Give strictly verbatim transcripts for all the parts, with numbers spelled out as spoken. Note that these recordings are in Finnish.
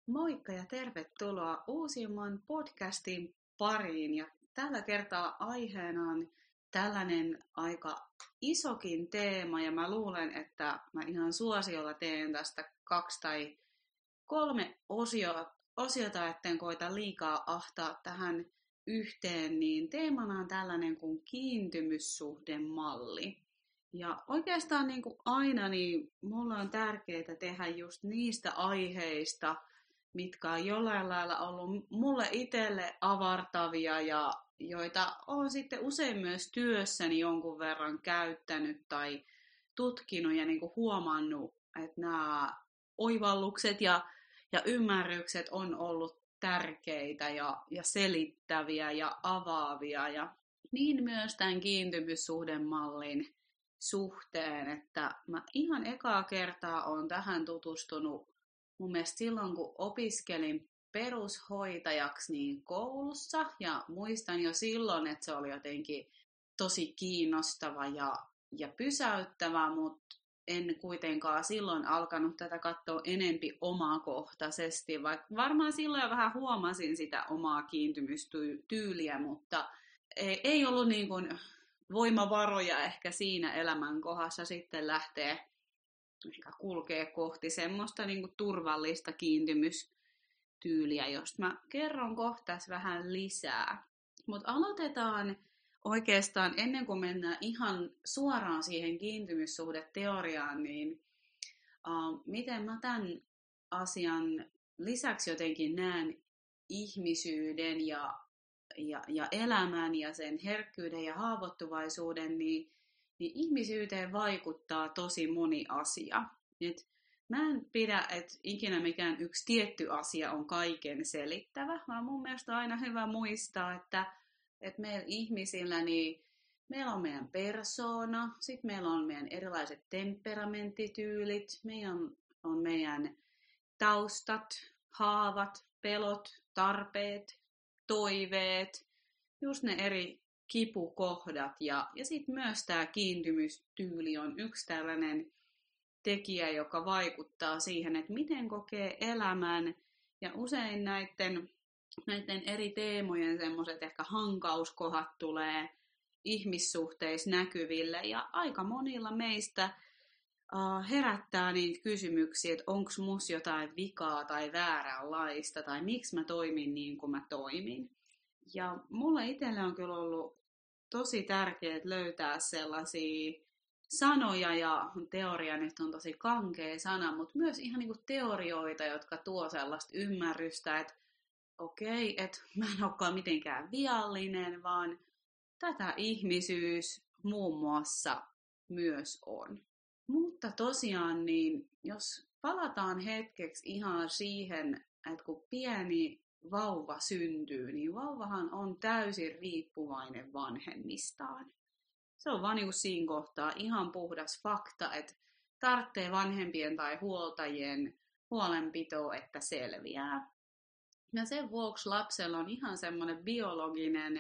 Moikka ja tervetuloa uusimman podcastin pariin. Ja tällä kertaa aiheena on tällainen aika isokin teema ja mä luulen, että mä ihan suosiolla teen tästä kaksi tai kolme osiota, osiota etten koita liikaa ahtaa tähän yhteen, niin teemana on tällainen kuin kiintymyssuhdemalli. Ja oikeastaan niin kuin aina, niin mulla on tärkeää tehdä just niistä aiheista, mitkä on jollain lailla ollut mulle itselle avartavia ja joita olen sitten usein myös työssäni jonkun verran käyttänyt tai tutkinut ja niin kuin huomannut, että nämä oivallukset ja, ja ymmärrykset on ollut tärkeitä ja, ja selittäviä ja avaavia. Ja niin myös tämän kiintymyssuhdemallin suhteen, että mä ihan ekaa kertaa olen tähän tutustunut mun mielestä silloin, kun opiskelin perushoitajaksi niin koulussa, ja muistan jo silloin, että se oli jotenkin tosi kiinnostava ja, ja pysäyttävä, mutta en kuitenkaan silloin alkanut tätä katsoa enempi omakohtaisesti, vaikka varmaan silloin jo vähän huomasin sitä omaa kiintymystyyliä, mutta ei, ei ollut niin kuin voimavaroja ehkä siinä elämänkohdassa sitten lähteä ehkä kulkee kohti semmoista niin kuin turvallista kiintymystyyliä, josta mä kerron kohta vähän lisää. Mutta aloitetaan oikeastaan ennen kuin mennään ihan suoraan siihen kiintymyssuhdeteoriaan, niin uh, miten mä tämän asian lisäksi jotenkin näen ihmisyyden ja, ja, ja elämän ja sen herkkyyden ja haavoittuvaisuuden, niin niin ihmisyyteen vaikuttaa tosi moni asia. Et mä en pidä, että ikinä mikään yksi tietty asia on kaiken selittävä, vaan mun mielestä on aina hyvä muistaa, että, että meillä ihmisillä niin meillä on meidän persoona, sitten meillä on meidän erilaiset temperamenttityylit, meidän on meidän taustat, haavat, pelot, tarpeet, toiveet, just ne eri kipukohdat ja, ja sitten myös tämä kiintymystyyli on yksi tällainen tekijä, joka vaikuttaa siihen, että miten kokee elämän ja usein näiden, näiden eri teemojen semmoiset ehkä hankauskohdat tulee ihmissuhteissa näkyville ja aika monilla meistä uh, herättää niitä kysymyksiä, että onko mus jotain vikaa tai vääränlaista tai miksi mä toimin niin kuin mä toimin. Ja mulle itselle on kyllä ollut tosi tärkeää löytää sellaisia sanoja ja teoria nyt on tosi kankea sana, mutta myös ihan niinku teorioita, jotka tuo sellaista ymmärrystä, että okei, että mä en olekaan mitenkään viallinen, vaan tätä ihmisyys muun muassa myös on. Mutta tosiaan, niin jos palataan hetkeksi ihan siihen, että kun pieni vauva syntyy, niin vauvahan on täysin riippuvainen vanhemmistaan. Se on vaan niin kuin siinä kohtaa ihan puhdas fakta, että tarvitsee vanhempien tai huoltajien huolenpitoa, että selviää. Ja sen vuoksi lapsella on ihan semmoinen biologinen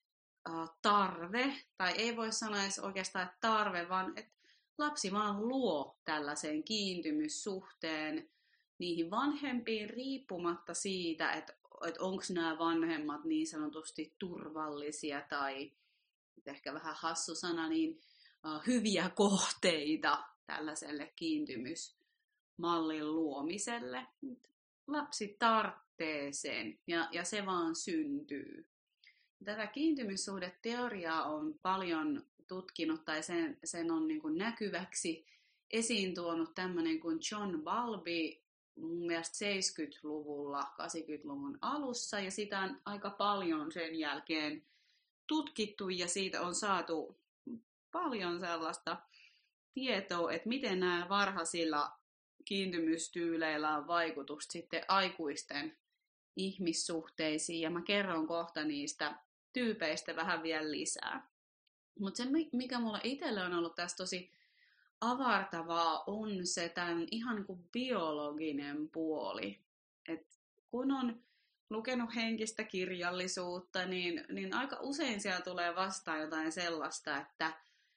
äh, tarve, tai ei voi sanoa edes oikeastaan että tarve, vaan että lapsi vaan luo tällaisen kiintymyssuhteen niihin vanhempiin riippumatta siitä, että, että onko nämä vanhemmat niin sanotusti turvallisia tai ehkä vähän hassu sana, niin uh, hyviä kohteita tällaiselle kiintymysmallin luomiselle. Lapsi tarvitsee sen ja, ja se vaan syntyy. Tätä kiintymyssuhdeteoriaa on paljon tutkinut tai sen, sen on niin kuin näkyväksi esiin tuonut tämmöinen kuin John Bowlby mun mielestä seitsemänkymmentäluvulla, kahdeksankymmentäluvun alussa ja sitä on aika paljon sen jälkeen tutkittu ja siitä on saatu paljon sellaista tietoa, että miten nämä varhaisilla kiintymystyyleillä on vaikutusta sitten aikuisten ihmissuhteisiin ja mä kerron kohta niistä tyypeistä vähän vielä lisää. Mutta se, mikä mulla itselle on ollut tässä tosi avartavaa, on se tämän ihan niin kuin biologinen puoli. Et kun on lukenut henkistä kirjallisuutta, niin, niin aika usein siellä tulee vastaan jotain sellaista, että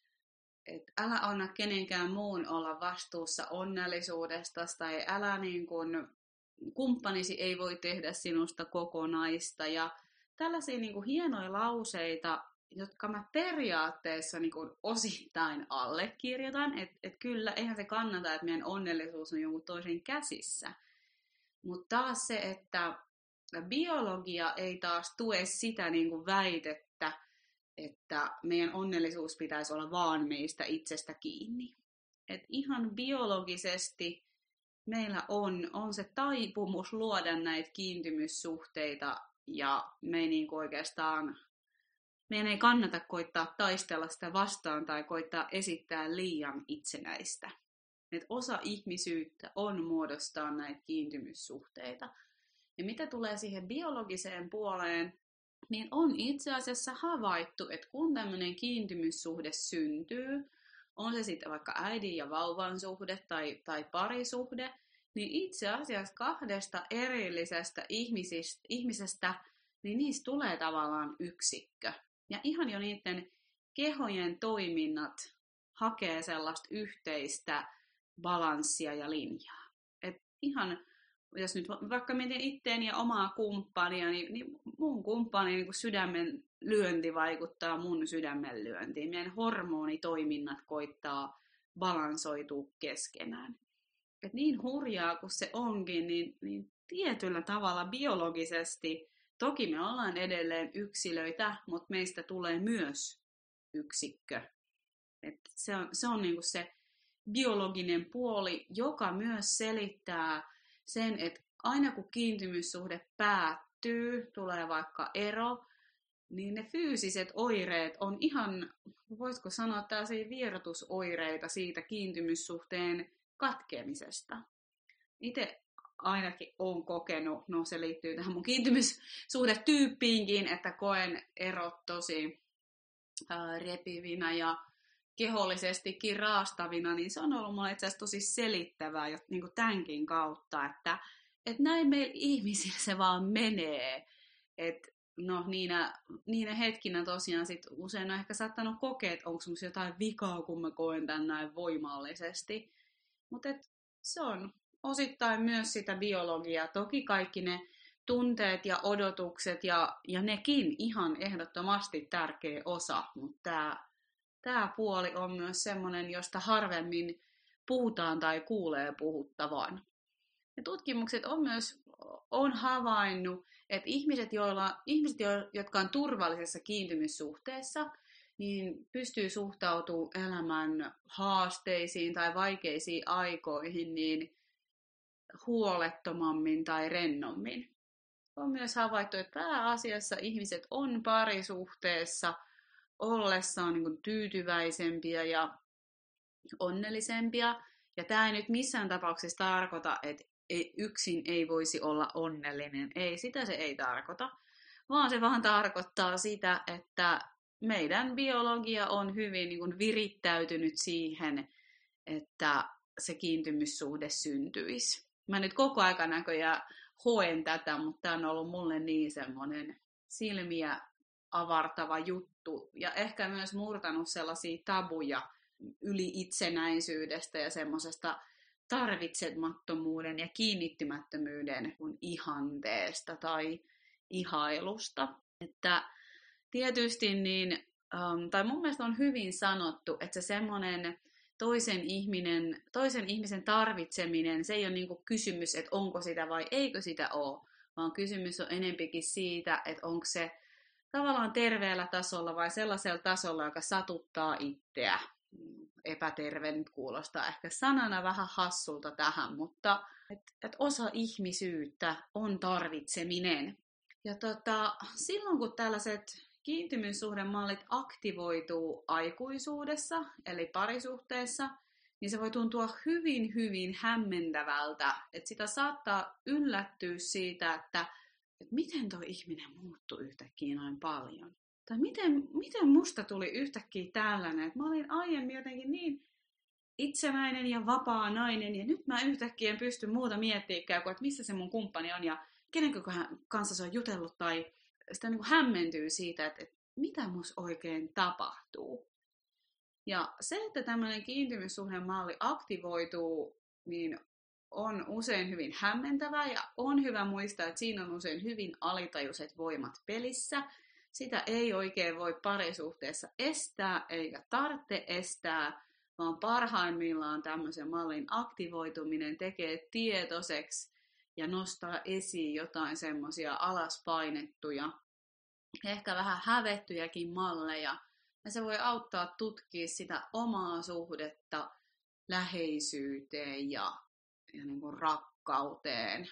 et älä anna kenenkään muun olla vastuussa onnellisuudesta tai älä niin kuin kumppanisi ei voi tehdä sinusta kokonaista ja tällaisia niin kuin hienoja lauseita, jotka mä periaatteessa niin kuin osittain allekirjoitan, että et kyllä, eihän se kannata, että meidän onnellisuus on jonkun toisen käsissä. Mutta taas se, että biologia ei taas tue sitä niin kuin väitettä, että meidän onnellisuus pitäisi olla vaan meistä itsestä kiinni. Et ihan biologisesti meillä on, on se taipumus luoda näitä kiintymyssuhteita ja me ei niin kuin oikeastaan, meidän ei kannata koittaa taistella sitä vastaan tai koittaa esittää liian itsenäistä. Et osa ihmisyyttä on muodostaa näitä kiintymyssuhteita. Ja mitä tulee siihen biologiseen puoleen, niin on itse asiassa havaittu, että kun tämmöinen kiintymyssuhde syntyy, on se sitten vaikka äidin ja vauvan suhde tai, tai parisuhde, niin itse asiassa kahdesta erillisestä ihmisistä, ihmisestä, niin niistä tulee tavallaan yksikkö. Ja ihan jo niiden kehojen toiminnat hakee sellaista yhteistä balanssia ja linjaa. Et ihan, jos nyt vaikka mietin itteeni ja omaa kumppania, niin, niin mun kumppani niin sydämen lyönti vaikuttaa mun sydämen lyöntiin. Meidän hormonitoiminnat koittaa balansoitua keskenään. Et niin hurjaa kuin se onkin, niin, niin tietyllä tavalla biologisesti, toki me ollaan edelleen yksilöitä, mutta meistä tulee myös yksikkö. Et se on, se on niinku se biologinen puoli, joka myös selittää sen, että aina kun kiintymyssuhde päättyy, tulee vaikka ero, niin ne fyysiset oireet on ihan, voisiko sanoa, tällaisia vierotusoireita siitä kiintymyssuhteen katkeamisesta. Itse ainakin olen kokenut, no se liittyy tähän mun kiintymyssuhdetyyppiinkin, että koen erot tosi ää, repivinä ja kehollisestikin raastavina, niin se on ollut mulle itse asiassa tosi selittävää jo niin kuin tämänkin kautta, että, että näin meillä ihmisillä se vaan menee. Että no niinä, niinä hetkinä tosiaan sit usein on ehkä saattanut kokea, että onko semmoisia jotain vikaa, kun mä koen tämän näin voimallisesti. Mutta se on osittain myös sitä biologiaa. Toki kaikki ne tunteet ja odotukset ja, ja nekin ihan ehdottomasti tärkeä osa, mutta tämä Tämä puoli on myös semmoinen, josta harvemmin puhutaan tai kuulee puhuttavan. Ja tutkimukset on myös on havainnut, että ihmiset, joilla, ihmiset, jotka on turvallisessa kiintymyssuhteessa, niin pystyy suhtautumaan elämän haasteisiin tai vaikeisiin aikoihin niin huolettomammin tai rennommin. On myös havaittu, että pääasiassa ihmiset on parisuhteessa ollessaan niin kuin tyytyväisempiä ja onnellisempia. Ja tämä ei nyt missään tapauksessa tarkoita, että yksin ei voisi olla onnellinen. Ei, sitä se ei tarkoita. Vaan se vaan tarkoittaa sitä, että meidän biologia on hyvin niin kuin virittäytynyt siihen, että se kiintymyssuhde syntyisi. Mä nyt koko ajan näköjään hoen tätä, mutta tämä on ollut mulle niin semmoinen silmiä avartava juttu ja ehkä myös murtanut sellaisia tabuja yli itsenäisyydestä ja semmoisesta tarvitsemattomuuden ja kiinnittymättömyyden ihanteesta tai ihailusta. Että tietysti niin, tai mun mielestä on hyvin sanottu, että se semmoinen toisen, ihminen, toisen ihmisen tarvitseminen, se ei ole niinku kysymys, että onko sitä vai eikö sitä ole, vaan kysymys on enempikin siitä, että onko se tavallaan terveellä tasolla vai sellaisella tasolla, joka satuttaa itseä. Epäterve nyt kuulostaa ehkä sanana vähän hassulta tähän, mutta et, et osa ihmisyyttä on tarvitseminen. Ja tota, silloin kun tällaiset kiintymyssuhdemallit aktivoituu aikuisuudessa, eli parisuhteessa, niin se voi tuntua hyvin, hyvin hämmentävältä. Että sitä saattaa yllättyä siitä, että että miten tuo ihminen muuttui yhtäkkiä noin paljon. Tai miten, miten musta tuli yhtäkkiä tällainen, että mä olin aiemmin jotenkin niin itsenäinen ja vapaa nainen, ja nyt mä yhtäkkiä en pysty muuta miettimään kuin, että missä se mun kumppani on, ja kenen kanssa se on jutellut, tai sitä niin kuin hämmentyy siitä, että, että mitä mus oikein tapahtuu. Ja se, että tämmöinen kiintymyssuhdemalli aktivoituu, niin on usein hyvin hämmentävää ja on hyvä muistaa, että siinä on usein hyvin alitajuiset voimat pelissä. Sitä ei oikein voi parisuhteessa estää eikä tarvitse estää, vaan parhaimmillaan tämmöisen mallin aktivoituminen tekee tietoiseksi ja nostaa esiin jotain semmoisia alaspainettuja, ehkä vähän hävettyjäkin malleja. Ja se voi auttaa tutkia sitä omaa suhdetta läheisyyteen ja, ja niin kuin rakkauteen.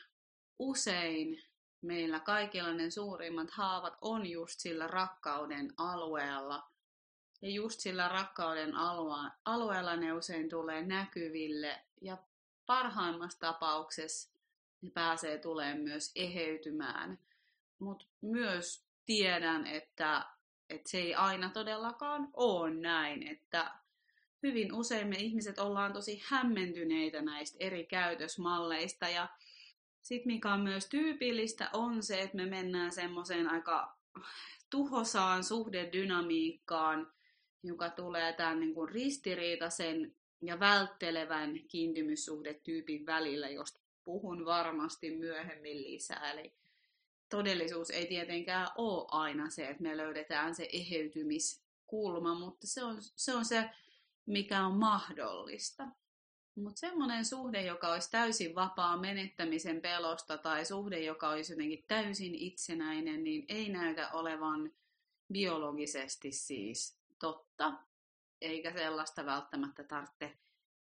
Usein meillä kaikilla ne suurimmat haavat on just sillä rakkauden alueella. Ja just sillä rakkauden alueella ne usein tulee näkyville. Ja parhaimmassa tapauksessa ne pääsee tulemaan myös eheytymään. Mutta myös tiedän, että, että se ei aina todellakaan ole näin. Että hyvin usein me ihmiset ollaan tosi hämmentyneitä näistä eri käytösmalleista. Ja sitten mikä on myös tyypillistä on se, että me mennään semmoiseen aika tuhosaan suhdedynamiikkaan, joka tulee tämän niin kuin ristiriitaisen ja välttelevän kiintymyssuhdetyypin välillä, josta puhun varmasti myöhemmin lisää. Eli todellisuus ei tietenkään ole aina se, että me löydetään se eheytymiskulma, mutta se on se, on se mikä on mahdollista. Mutta semmoinen suhde, joka olisi täysin vapaa menettämisen pelosta tai suhde, joka olisi jotenkin täysin itsenäinen, niin ei näytä olevan biologisesti siis totta, eikä sellaista välttämättä tarvitse,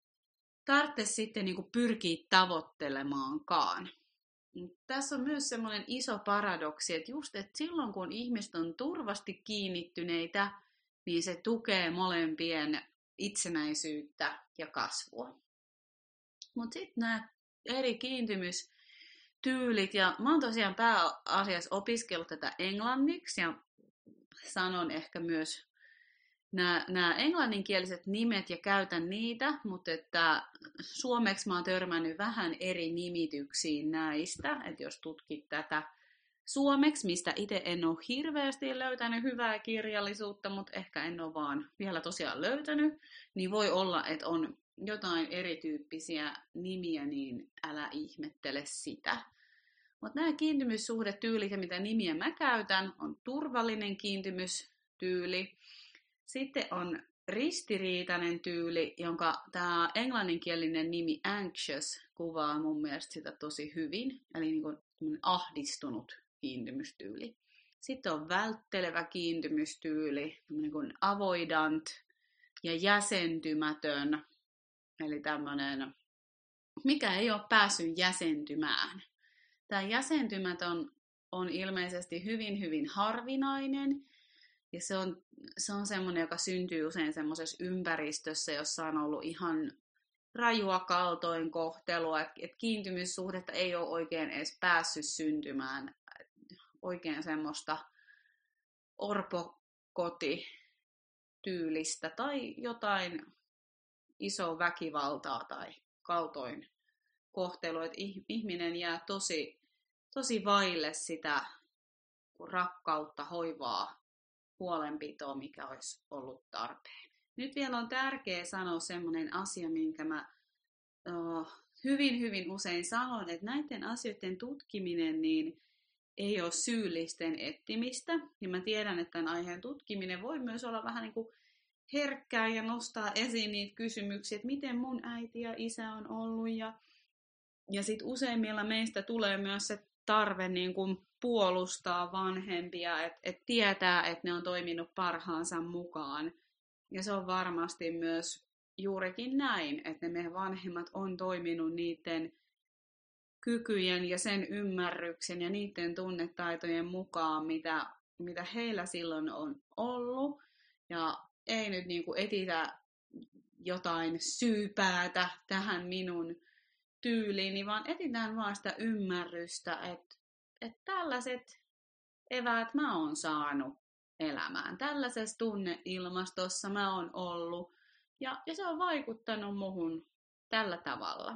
tarvitse sitten niinku pyrkiä tavoittelemaankaan. Mut tässä on myös semmoinen iso paradoksi, että just että silloin kun ihmiset on turvasti kiinnittyneitä, niin se tukee molempien itsenäisyyttä ja kasvua. Mutta sitten nämä eri kiintymystyylit, ja mä oon tosiaan pääasiassa opiskellut tätä englanniksi, ja sanon ehkä myös nämä, nämä englanninkieliset nimet ja käytän niitä, mutta että suomeksi mä oon törmännyt vähän eri nimityksiin näistä, että jos tutkit tätä suomeksi, mistä itse en ole hirveästi löytänyt hyvää kirjallisuutta, mutta ehkä en ole vaan vielä tosiaan löytänyt, niin voi olla, että on jotain erityyppisiä nimiä, niin älä ihmettele sitä. Mutta nämä kiintymyssuhdetyylit ja mitä nimiä mä käytän, on turvallinen kiintymystyyli. Sitten on ristiriitainen tyyli, jonka tämä englanninkielinen nimi anxious kuvaa mun mielestä sitä tosi hyvin. Eli niin kuin ahdistunut kiintymystyyli. Sitten on välttelevä kiintymystyyli, niin kuin avoidant ja jäsentymätön. Eli tämmöinen, mikä ei ole päässyt jäsentymään. Tämä jäsentymätön on ilmeisesti hyvin, hyvin harvinainen. Ja se on, se on semmoinen, joka syntyy usein semmoisessa ympäristössä, jossa on ollut ihan rajua kaltoinkohtelua. Että et kiintymyssuhdetta ei ole oikein edes päässyt syntymään. Oikein semmoista orpokotityylistä tai jotain isoa väkivaltaa tai kaltoin kohtelua, että ihminen jää tosi, tosi vaille sitä rakkautta, hoivaa, huolenpitoa, mikä olisi ollut tarpeen. Nyt vielä on tärkeää sanoa semmoinen asia, minkä mä oh, hyvin, hyvin usein sanon, että näiden asioiden tutkiminen niin ei ole syyllisten etsimistä. Ja mä tiedän, että tämän aiheen tutkiminen voi myös olla vähän niin kuin herkkää ja nostaa esiin niitä kysymyksiä, että miten mun äiti ja isä on ollut. Ja, ja sitten useimmilla meistä tulee myös se tarve niin kuin puolustaa vanhempia, että et tietää, että ne on toiminut parhaansa mukaan. Ja se on varmasti myös juurikin näin, että ne meidän vanhemmat on toiminut niiden kykyjen ja sen ymmärryksen ja niiden tunnetaitojen mukaan, mitä, mitä heillä silloin on ollut. Ja ei nyt niin kuin etitä jotain syypäätä tähän minun tyyliini, vaan etsitään vaan sitä ymmärrystä, että, että tällaiset eväät mä oon saanut elämään. Tällaisessa tunneilmastossa mä oon ollut ja, ja se on vaikuttanut muhun tällä tavalla.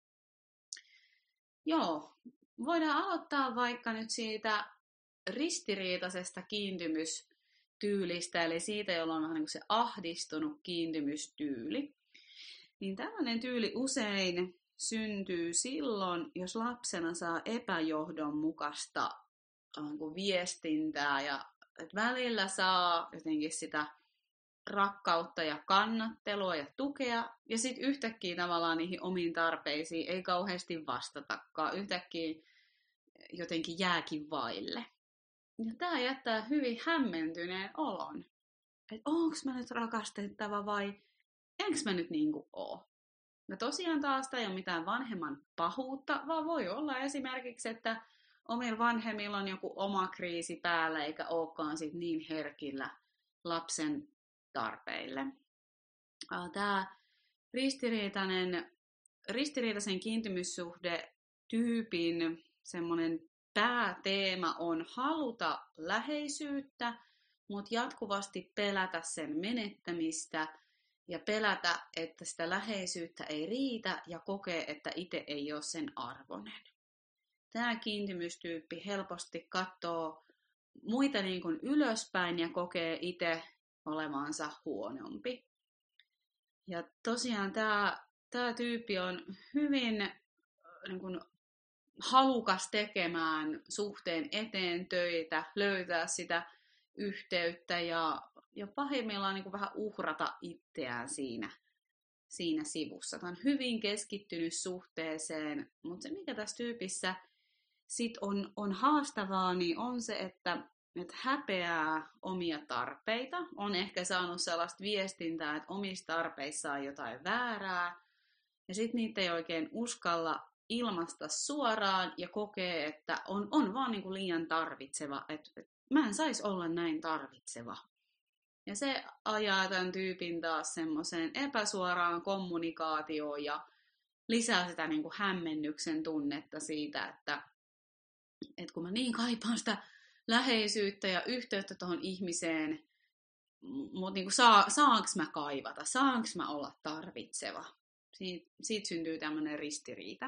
Joo, voidaan aloittaa vaikka nyt siitä ristiriitaisesta kiintymystyylistä, eli siitä, jolla on vähän niin kuin se ahdistunut kiintymystyyli. Niin tällainen tyyli usein syntyy silloin, jos lapsena saa epäjohdonmukaista niin viestintää ja että välillä saa jotenkin sitä rakkautta ja kannattelua ja tukea, ja sitten yhtäkkiä tavallaan niihin omiin tarpeisiin ei kauheasti vastatakaan, yhtäkkiä jotenkin jääkin vaille. Ja tämä jättää hyvin hämmentyneen olon, että onko mä nyt rakastettava vai enkö mä nyt niinku oo. Ja tosiaan taas tämä ei ole mitään vanhemman pahuutta, vaan voi olla esimerkiksi, että omilla vanhemmilla on joku oma kriisi päällä eikä olekaan sit niin herkillä lapsen tarpeille. Tämä ristiriitainen, ristiriitaisen kiintymyssuhde tyypin semmoinen pääteema on haluta läheisyyttä, mutta jatkuvasti pelätä sen menettämistä ja pelätä, että sitä läheisyyttä ei riitä ja kokee, että itse ei ole sen arvoinen. Tämä kiintymystyyppi helposti katsoo muita niin kuin ylöspäin ja kokee itse olevansa huonompi. Ja tosiaan tämä, tämä tyyppi on hyvin niin kuin, halukas tekemään suhteen eteen töitä, löytää sitä yhteyttä ja, ja pahimmillaan niin kuin vähän uhrata itseään siinä, siinä sivussa. Tämä on hyvin keskittynyt suhteeseen, mutta se mikä tässä tyypissä sit on, on haastavaa, niin on se, että että häpeää omia tarpeita, on ehkä saanut sellaista viestintää, että omissa tarpeissa on jotain väärää, ja sitten niitä ei oikein uskalla ilmaista suoraan, ja kokee, että on, on vaan niinku liian tarvitseva, että, että mä en saisi olla näin tarvitseva. Ja se ajaa tämän tyypin taas semmoiseen epäsuoraan kommunikaatioon, ja lisää sitä niinku hämmennyksen tunnetta siitä, että, että kun mä niin kaipaan sitä läheisyyttä ja yhteyttä tuohon ihmiseen, mutta niinku saa, saanko mä kaivata, saanko mä olla tarvitseva. Siit, siitä syntyy tämmöinen ristiriita.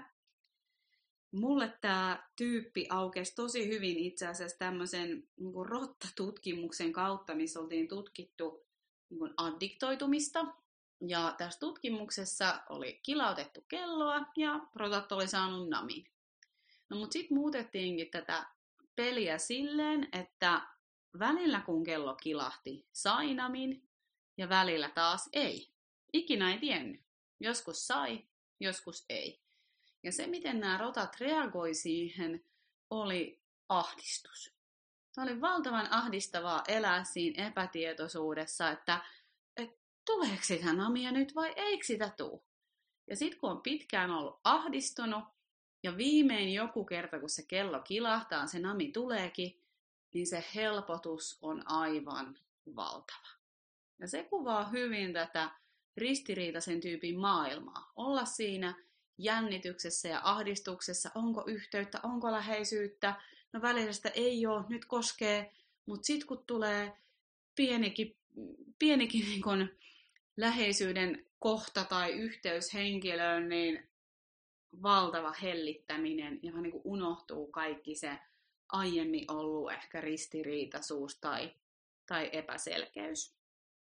Mulle tämä tyyppi aukesi tosi hyvin itse asiassa tämmöisen niinku rottatutkimuksen kautta, missä oltiin tutkittu niinku addiktoitumista. Ja tässä tutkimuksessa oli kilautettu kelloa ja rotat oli saanut namin. No mut sitten muutettiinkin tätä peliä silleen, että välillä kun kello kilahti sai namin ja välillä taas ei. Ikinä ei tiennyt. Joskus sai, joskus ei. Ja se, miten nämä rotat reagoi siihen, oli ahdistus. Tämä oli valtavan ahdistavaa elää siinä epätietoisuudessa, että, että tuleeko sitä namia nyt vai eikö sitä tule. Ja sitten kun on pitkään ollut ahdistunut, ja viimein joku kerta, kun se kello kilahtaa, se nami tuleekin, niin se helpotus on aivan valtava. Ja se kuvaa hyvin tätä ristiriitaisen tyypin maailmaa. Olla siinä jännityksessä ja ahdistuksessa, onko yhteyttä, onko läheisyyttä, no välillä sitä ei ole, nyt koskee, mutta sitten kun tulee pienikin, pienikin niin kun läheisyyden kohta tai yhteys henkilöön, niin valtava hellittäminen, johon niin kuin unohtuu kaikki se aiemmin ollut ehkä ristiriitaisuus tai, tai epäselkeys.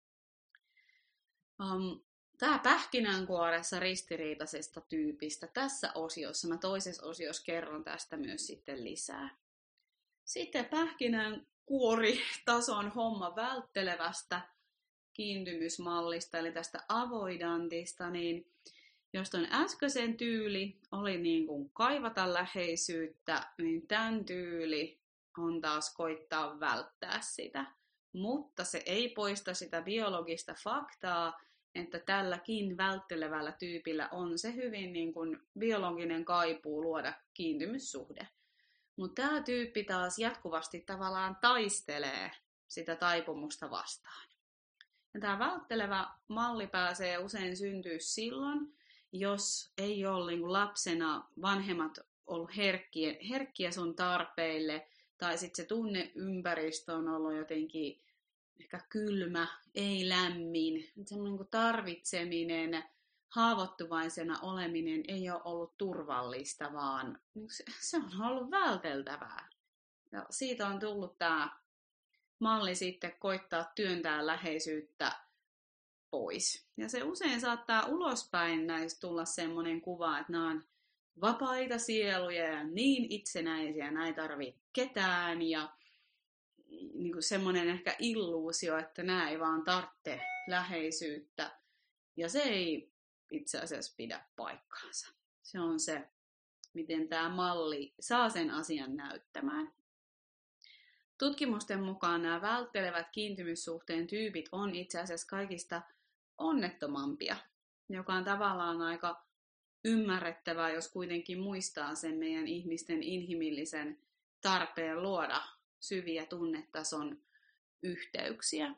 Um, Tämä pähkinänkuoressa ristiriitaisesta tyypistä tässä osiossa, mä toisessa osiossa kerron tästä myös sitten lisää. Sitten pähkinänkuoritason homma välttelevästä kiintymysmallista, eli tästä avoidantista, niin jos ton äskeisen tyyli oli niin kuin kaivata läheisyyttä, niin tämän tyyli on taas koittaa välttää sitä. Mutta se ei poista sitä biologista faktaa, että tälläkin välttelevällä tyypillä on se hyvin niin kuin biologinen kaipuu luoda kiintymyssuhde. Mutta tämä tyyppi taas jatkuvasti tavallaan taistelee sitä taipumusta vastaan. Ja tämä välttelevä malli pääsee usein syntyä silloin, jos ei ole niin kuin lapsena vanhemmat ollut herkkiä, herkkiä sun tarpeille, tai sitten se tunneympäristö on ollut jotenkin ehkä kylmä, ei lämmin. Semmoinen niin tarvitseminen, haavoittuvaisena oleminen ei ole ollut turvallista, vaan se on ollut välteltävää. Ja siitä on tullut tämä malli sitten koittaa työntää läheisyyttä pois. Ja se usein saattaa ulospäin näistä tulla semmoinen kuva, että nämä on vapaita sieluja ja niin itsenäisiä, näin ei tarvitse ketään ja niin kuin semmoinen ehkä illuusio, että nämä ei vaan tarvitse läheisyyttä. Ja se ei itse asiassa pidä paikkaansa. Se on se, miten tämä malli saa sen asian näyttämään. Tutkimusten mukaan nämä välttelevät kiintymyssuhteen tyypit on itse asiassa kaikista onnettomampia, joka on tavallaan aika ymmärrettävää, jos kuitenkin muistaa sen meidän ihmisten inhimillisen tarpeen luoda syviä tunnetason yhteyksiä.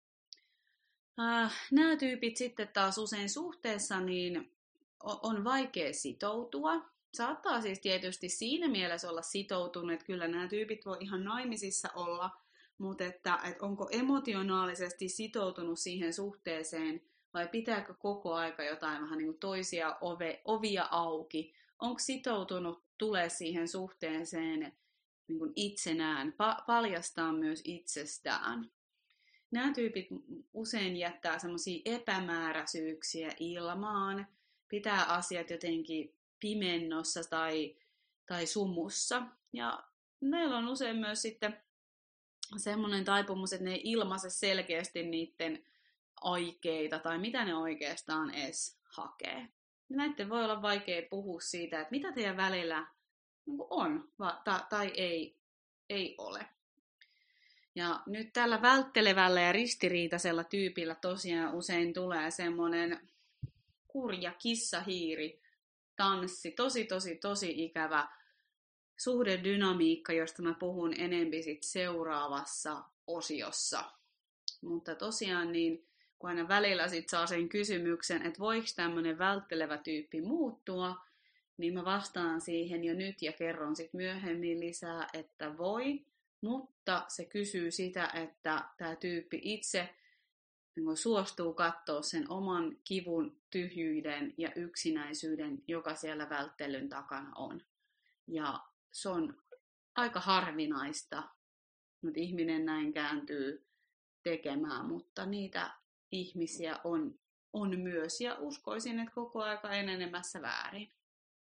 Nämä tyypit sitten taas usein suhteessa niin on vaikea sitoutua. Saattaa siis tietysti siinä mielessä olla sitoutunut, että kyllä nämä tyypit voi ihan naimisissa olla, mutta että, että onko emotionaalisesti sitoutunut siihen suhteeseen vai pitääkö koko aika jotain vähän niin kuin toisia ove, ovia auki? Onko sitoutunut tulee siihen suhteeseen niin kuin itsenään, pa- paljastaa myös itsestään? Nämä tyypit usein jättää semmoisia epämääräisyyksiä ilmaan, pitää asiat jotenkin pimennossa tai, tai sumussa. Ja meillä on usein myös sitten semmoinen taipumus, että ne ei ilmaise selkeästi niiden aikeita tai mitä ne oikeastaan edes hakee. Näiden voi olla vaikea puhua siitä, että mitä teidän välillä on tai ei, ei ole. Ja nyt tällä välttelevällä ja ristiriitaisella tyypillä tosiaan usein tulee semmoinen kurja kissahiiri tanssi, tosi tosi tosi ikävä suhdedynamiikka, josta mä puhun enempi sit seuraavassa osiossa. Mutta tosiaan niin, kun aina välillä sit saa sen kysymyksen, että voiko tämmöinen välttelevä tyyppi muuttua, niin mä vastaan siihen jo nyt ja kerron sit myöhemmin lisää, että voi, mutta se kysyy sitä, että tämä tyyppi itse niin suostuu katsoa sen oman kivun, tyhjyyden ja yksinäisyyden, joka siellä välttelyn takana on. Ja se on aika harvinaista, että ihminen näin kääntyy tekemään, mutta niitä ihmisiä on, on myös ja uskoisin, että koko aika enenemässä väärin.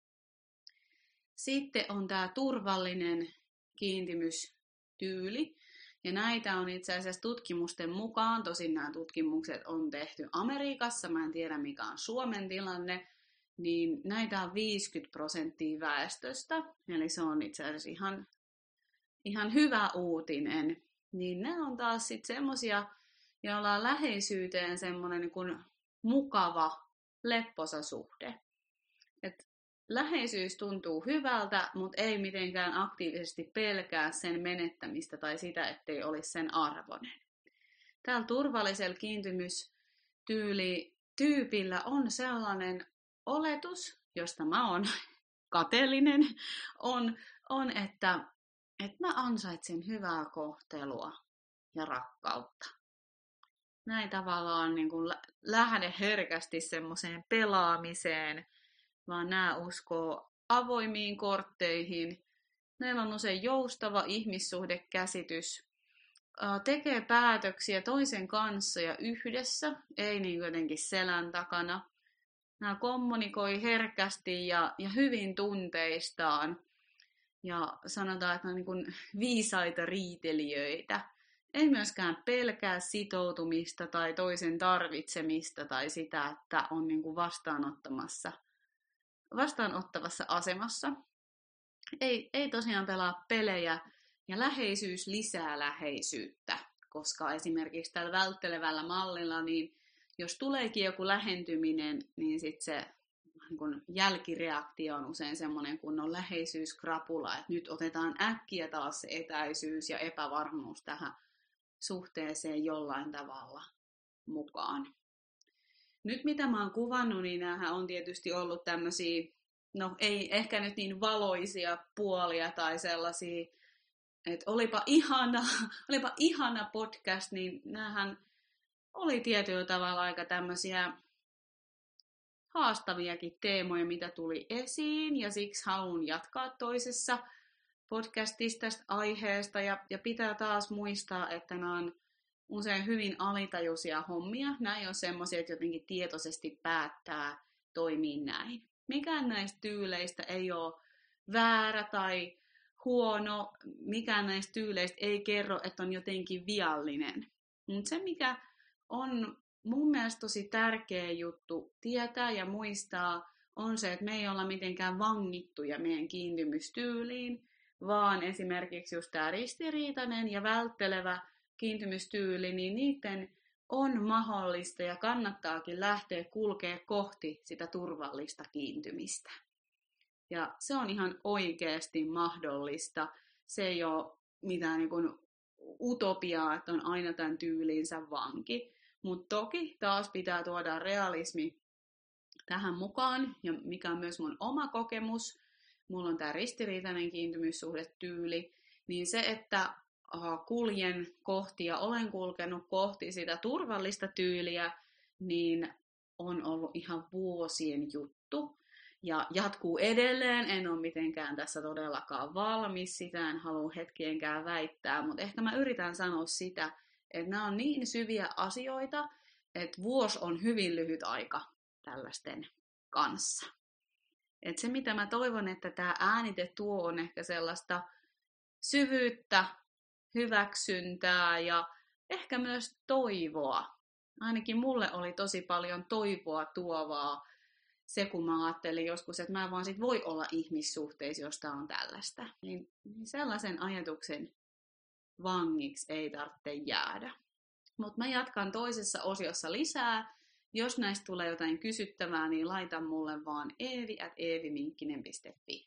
Sitten on tämä turvallinen kiintymystyyli. Ja näitä on itse asiassa tutkimusten mukaan, tosin nämä tutkimukset on tehty Amerikassa, mä en tiedä mikä on Suomen tilanne, niin näitä on viisikymmentä prosenttia väestöstä, eli se on itse asiassa ihan, ihan hyvä uutinen. Niin nämä on taas sitten semmosia, joilla on läheisyyteen semmoinen niin kuin mukava, lepposa suhde. Et läheisyys tuntuu hyvältä, mutta ei mitenkään aktiivisesti pelkää sen menettämistä tai sitä, ettei olisi sen arvoinen. Täällä turvallisella kiintymystyypillä on sellainen oletus, josta mä oon kateellinen, on, on että, että mä ansaitsen hyvää kohtelua ja rakkautta. Näin tavallaan niin kuin lähde herkästi semmoiseen pelaamiseen, vaan nämä uskoo avoimiin kortteihin. Meillä on usein joustava ihmissuhdekäsitys, tekee päätöksiä toisen kanssa ja yhdessä, ei niin jotenkin selän takana. Nämä kommunikoi herkästi ja, ja hyvin tunteistaan. Ja sanotaan, että ne on niin kuin viisaita riitelijöitä. Ei myöskään pelkää sitoutumista tai toisen tarvitsemista tai sitä, että on niin kuin vastaanottamassa vastaanottavassa asemassa. Ei, ei tosiaan pelaa pelejä ja läheisyys lisää läheisyyttä, koska esimerkiksi tällä välttelevällä mallilla, niin jos tuleekin joku lähentyminen, niin sitten se niin kun jälkireaktio on usein semmoinen kunnon läheisyyskrapula, että nyt otetaan äkkiä taas se etäisyys ja epävarmuus tähän suhteeseen jollain tavalla mukaan. Nyt mitä mä oon kuvannut, niin näähän on tietysti ollut tämmöisiä, no ei ehkä nyt niin valoisia puolia tai sellaisia, että olipa ihana, olipa ihana podcast, niin näähän oli tietyllä tavalla aika tämmöisiä haastaviakin teemoja, mitä tuli esiin, ja siksi haluan jatkaa toisessa podcastissa tästä aiheesta, ja, ja pitää taas muistaa, että nämä on usein hyvin alitajuisia hommia. Nämä ei ole semmoisia, että jotenkin tietoisesti päättää toimia näin. Mikään näistä tyyleistä ei ole väärä tai huono. Mikään näistä tyyleistä ei kerro, että on jotenkin viallinen. Mutta se, mikä on mun mielestä tosi tärkeä juttu tietää ja muistaa, on se, että me ei olla mitenkään vangittuja meidän kiintymystyyliin, vaan esimerkiksi just tämä ristiriitainen ja välttelevä kiintymystyyli, niin niiden on mahdollista ja kannattaakin lähteä kulkea kohti sitä turvallista kiintymistä. Ja se on ihan oikeasti mahdollista. Se ei ole mitään niin kuin utopiaa, että on aina tämän tyylinsä vanki. Mutta toki taas pitää tuoda realismi tähän mukaan, ja mikä on myös mun oma kokemus. Mulla on tämä ristiriitainen kiintymyssuhdetyyli, niin se, että kuljen kohti ja olen kulkenut kohti sitä turvallista tyyliä, niin on ollut ihan vuosien juttu. Ja jatkuu edelleen, en ole mitenkään tässä todellakaan valmis, sitä en halua hetkienkään väittää, mutta ehkä mä yritän sanoa sitä, että nämä on niin syviä asioita, että vuosi on hyvin lyhyt aika tällaisten kanssa. Et se, mitä mä toivon, että tämä äänite tuo, on ehkä sellaista syvyyttä, hyväksyntää ja ehkä myös toivoa. Ainakin mulle oli tosi paljon toivoa tuovaa se, kun mä ajattelin joskus, että mä en vaan sit voi olla ihmissuhteissa, josta on tällaista. Niin sellaisen ajatuksen vangiksi ei tarvitse jäädä. Mutta mä jatkan toisessa osiossa lisää. Jos näistä tulee jotain kysyttävää, niin laita mulle vaan eevi at eeviminkkinen piste fi.